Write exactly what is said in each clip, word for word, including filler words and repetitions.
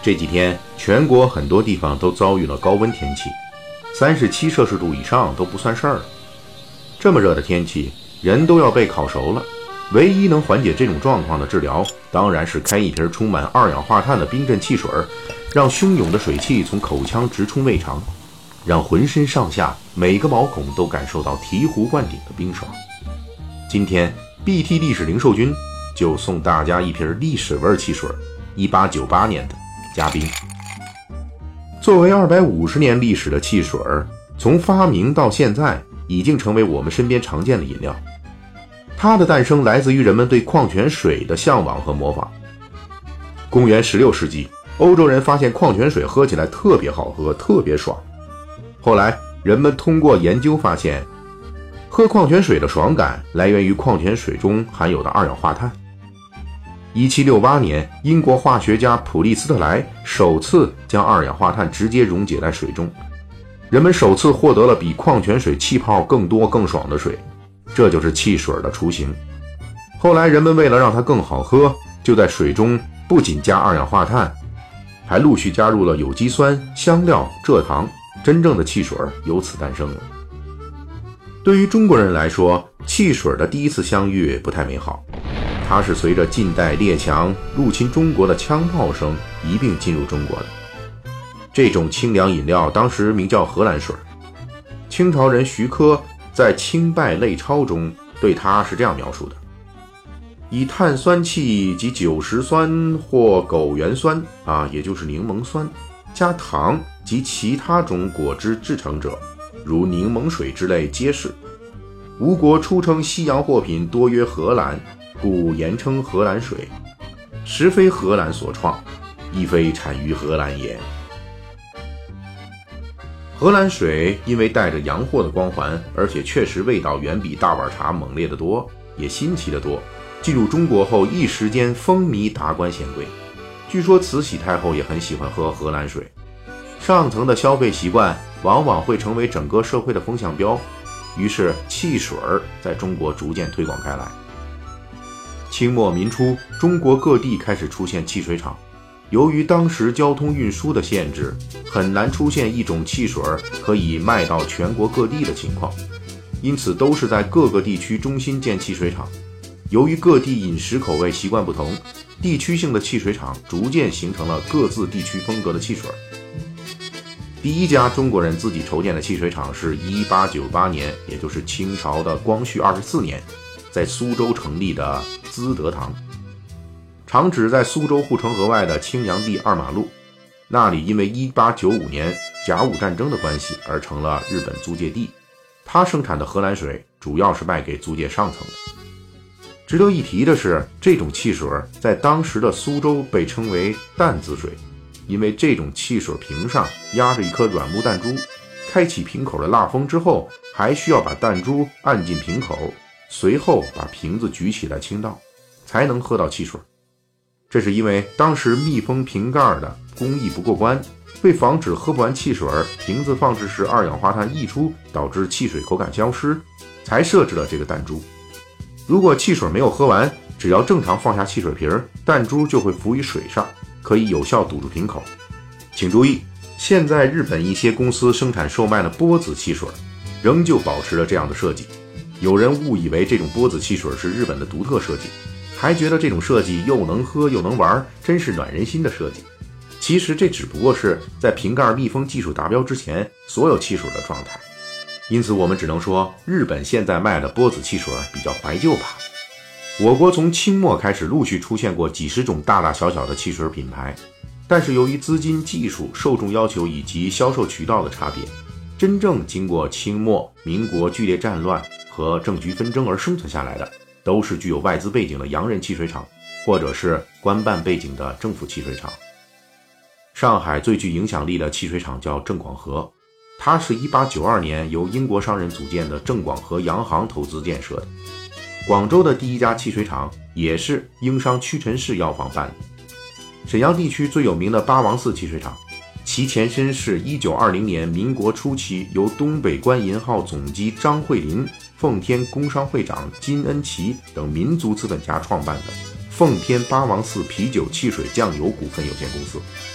这几天全国很多地方都遭遇了高温天气，三十七摄氏度以上都不算事儿了。这么热的天气，人都要被烤熟了。唯一能缓解这种状况的治疗，当然是开一瓶充满二氧化碳的冰镇汽水，让汹涌的水汽从口腔直冲胃肠，让浑身上下每个毛孔都感受到醍醐灌顶的冰爽。今天 B T 历史零售君就送大家一瓶历史味汽水，一八九八年的加冰。作为二百五十年历史的汽水，从发明到现在已经成为我们身边常见的饮料。它的诞生来自于人们对矿泉水的向往和模仿。公元十六世纪，欧洲人发现矿泉水喝起来特别好喝，特别爽。后来人们通过研究发现，喝矿泉水的爽感来源于矿泉水中含有的二氧化碳。一七六八年，英国化学家普利斯特莱首次将二氧化碳直接溶解在水中，人们首次获得了比矿泉水气泡更多更爽的水，这就是汽水的雏形。后来人们为了让它更好喝，就在水中不仅加二氧化碳，还陆续加入了有机酸、香料、蔗糖，真正的汽水由此诞生了。对于中国人来说，汽水的第一次相遇不太美好，它是随着近代列强入侵中国的枪炮声一并进入中国的。这种清凉饮料当时名叫荷兰水，清朝人徐科在《清拜类钞》中对它是这样描述的：以碳酸气及酒石酸或枸橼酸啊，也就是柠檬酸，加糖及其他种果汁制成者，如柠檬水之类皆是。吴国初称西洋货品多约荷兰，故言称荷兰水，实非荷兰所创，亦非产于荷兰也。荷兰水因为带着洋货的光环，而且确实味道远比大碗茶猛烈得多，也新奇得多，进入中国后一时间风靡达官显贵。据说慈禧太后也很喜欢喝荷兰水。上层的消费习惯往往会成为整个社会的风向标，于是汽水在中国逐渐推广开来。清末民初，中国各地开始出现汽水厂。由于当时交通运输的限制，很难出现一种汽水可以卖到全国各地的情况，因此都是在各个地区中心建汽水厂。由于各地饮食口味习惯不同，地区性的汽水厂逐渐形成了各自地区风格的汽水。第一家中国人自己筹建的汽水厂是一八九八年，也就是清朝的光绪二十四年，在苏州成立的资德堂。厂址在苏州护城河外的青阳地二马路，那里因为一八九五年甲午战争的关系而成了日本租界地。它生产的荷兰水主要是卖给租界上层的。值得一提的是，这种汽水在当时的苏州被称为弹子水，因为这种汽水瓶上压着一颗软木弹珠，开启瓶口的蜡封之后，还需要把弹珠按进瓶口，随后把瓶子举起来倾倒，才能喝到汽水。这是因为当时密封瓶盖的工艺不过关，为防止喝不完汽水，瓶子放置时二氧化碳溢出，导致汽水口感消失，才设置了这个弹珠。如果汽水没有喝完，只要正常放下汽水瓶，弹珠就会浮于水上，可以有效堵住瓶口。请注意，现在日本一些公司生产售卖的波子汽水仍旧保持了这样的设计。有人误以为这种波子汽水是日本的独特设计，还觉得这种设计又能喝又能玩，真是暖人心的设计。其实这只不过是在瓶盖密封技术达标之前所有汽水的状态。因此我们只能说，日本现在卖的波子汽水比较怀旧吧。我国从清末开始陆续出现过几十种大大小小的汽水品牌，但是由于资金、技术、受众要求以及销售渠道的差别，真正经过清末民国剧烈战乱和政局纷争而生存下来的，都是具有外资背景的洋人汽水厂，或者是官办背景的政府汽水厂。上海最具影响力的汽水厂叫郑广和，它是一八九二年由英国商人组建的郑广和洋行投资建设的。广州的第一家汽水厂也是英商屈臣氏药房办的。沈阳地区最有名的八王寺汽水厂，其前身是一九二零年民国初期由东北官银号总机张惠林、奉天工商会长金恩琪等民族资本家创办的奉天八王寺啤酒汽水酱油股份有限公司。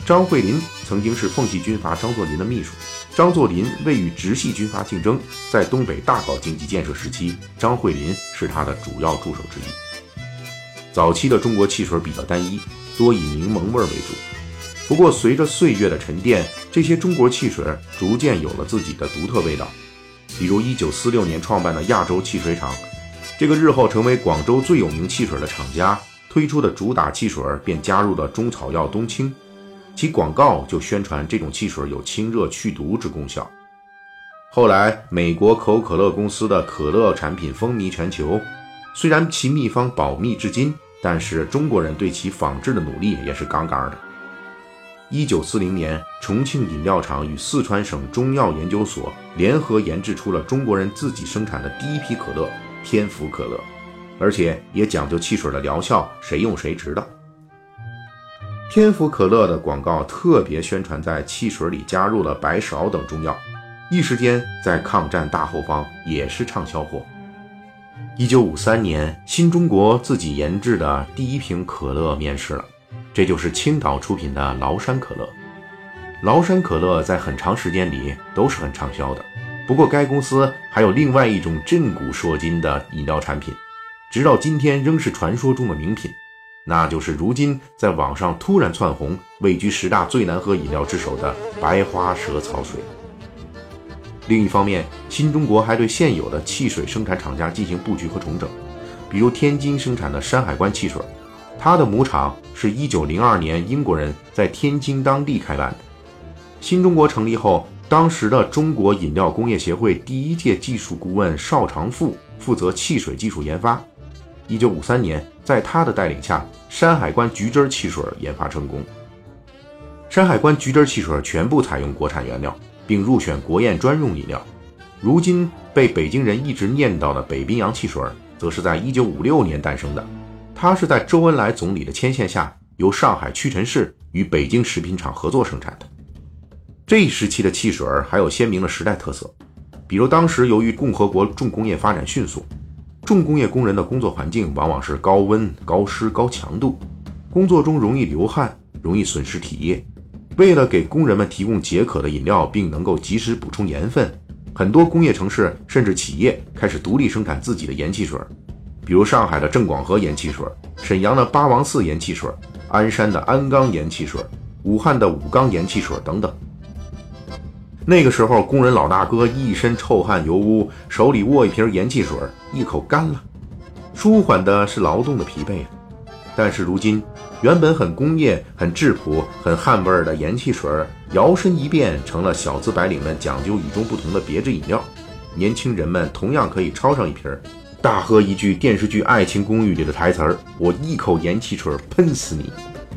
张惠林曾经是奉系军阀张作霖的秘书，张作霖为与直系军阀竞争，在东北大搞经济建设时期，张惠林是他的主要助手之一。早期的中国汽水比较单一，多以柠檬味为主。不过随着岁月的沉淀，这些中国汽水逐渐有了自己的独特味道。比如一九四六年创办的亚洲汽水厂，这个日后成为广州最有名汽水的厂家，推出的主打汽水便加入了中草药冬青，其广告就宣传这种汽水有清热去毒之功效。后来美国可口可乐公司的可乐产品风靡全球，虽然其秘方保密至今，但是中国人对其仿制的努力也是杠杠的。一九四零年，重庆饮料厂与四川省中药研究所联合研制出了中国人自己生产的第一批可乐天府可乐，而且也讲究汽水的疗效，谁用谁知道。天府可乐的广告特别宣传在汽水里加入了白芍等中药，一时间在抗战大后方也是畅销货。一九五三年，新中国自己研制的第一瓶可乐面世了，这就是青岛出品的崂山可乐。崂山可乐在很长时间里都是很畅销的，不过该公司还有另外一种震古烁今的饮料产品，直到今天仍是传说中的名品，那就是如今在网上突然窜红，位居十大最难喝饮料之首的白花蛇草水。另一方面，新中国还对现有的汽水生产厂家进行布局和重整，比如天津生产的山海关汽水，它的母厂是一九零二年英国人在天津当地开办的。新中国成立后，当时的中国饮料工业协会第一届技术顾问邵长富负责汽水技术研发。一九五三年，在他的带领下，山海关橘汁汽水研发成功。山海关橘汁汽水全部采用国产原料，并入选国宴专用饮料。如今被北京人一直念叨的北冰洋汽水，则是在一九五六年诞生的。它是在周恩来总理的牵线下，由上海屈臣氏与北京食品厂合作生产的。这一时期的汽水还有鲜明的时代特色，比如当时由于共和国重工业发展迅速，重工业工人的工作环境往往是高温、高湿、高强度，工作中容易流汗，容易损失体液。为了给工人们提供解渴的饮料，并能够及时补充盐分，很多工业城市甚至企业开始独立生产自己的盐汽水，比如上海的郑广和盐汽水，沈阳的八王寺盐汽水，鞍山的鞍钢盐汽水，武汉的武钢盐汽水等等。那个时候，工人老大哥一身臭汗油污，手里握一瓶盐汽水，一口干了，舒缓的是劳动的疲惫。但是如今，原本很工业、很质朴、很汉味的盐汽水，摇身一变成了小资白领们讲究与众不同的别致饮料。年轻人们同样可以抄上一瓶，大喝一句电视剧《爱情公寓》里的台词儿：“我一口盐汽水喷死你。”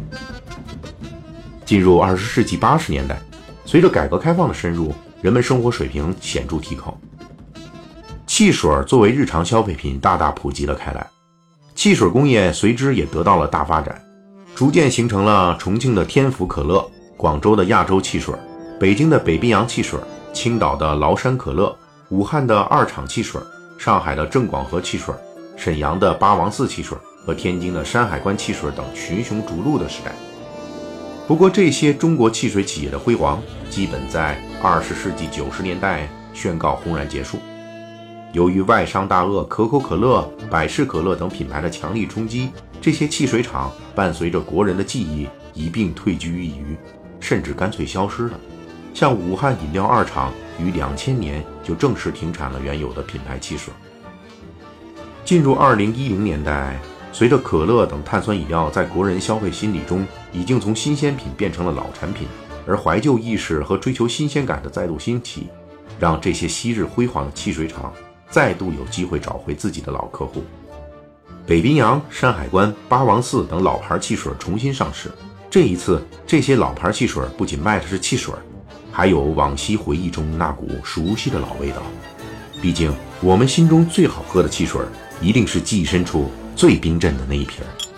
进入二十世纪八十年代，随着改革开放的深入，人们生活水平显著提高，汽水作为日常消费品大大普及了开来，汽水工业随之也得到了大发展，逐渐形成了重庆的天府可乐、广州的亚洲汽水、北京的北冰洋汽水、青岛的崂山可乐、武汉的二厂汽水、上海的郑广和汽水、沈阳的八王寺汽水和天津的山海关汽水等群雄逐鹿的时代。不过这些中国汽水企业的辉煌基本在二十世纪九十年代宣告轰然结束。由于外商大鳄可口可乐、百事可乐等品牌的强力冲击，这些汽水厂伴随着国人的记忆一并退居一隅，甚至干脆消失了。像武汉饮料二厂于两千年就正式停产了原有的品牌汽水。进入二零一零年代，随着可乐等碳酸饮料在国人消费心理中已经从新鲜品变成了老产品，而怀旧意识和追求新鲜感的再度兴起，让这些昔日辉煌的汽水厂再度有机会找回自己的老客户。北冰洋、山海关、八王寺等老牌汽水重新上市，这一次这些老牌汽水不仅卖的是汽水，还有往昔回忆中那股熟悉的老味道。毕竟我们心中最好喝的汽水一定是跻身处最冰镇的那一瓶。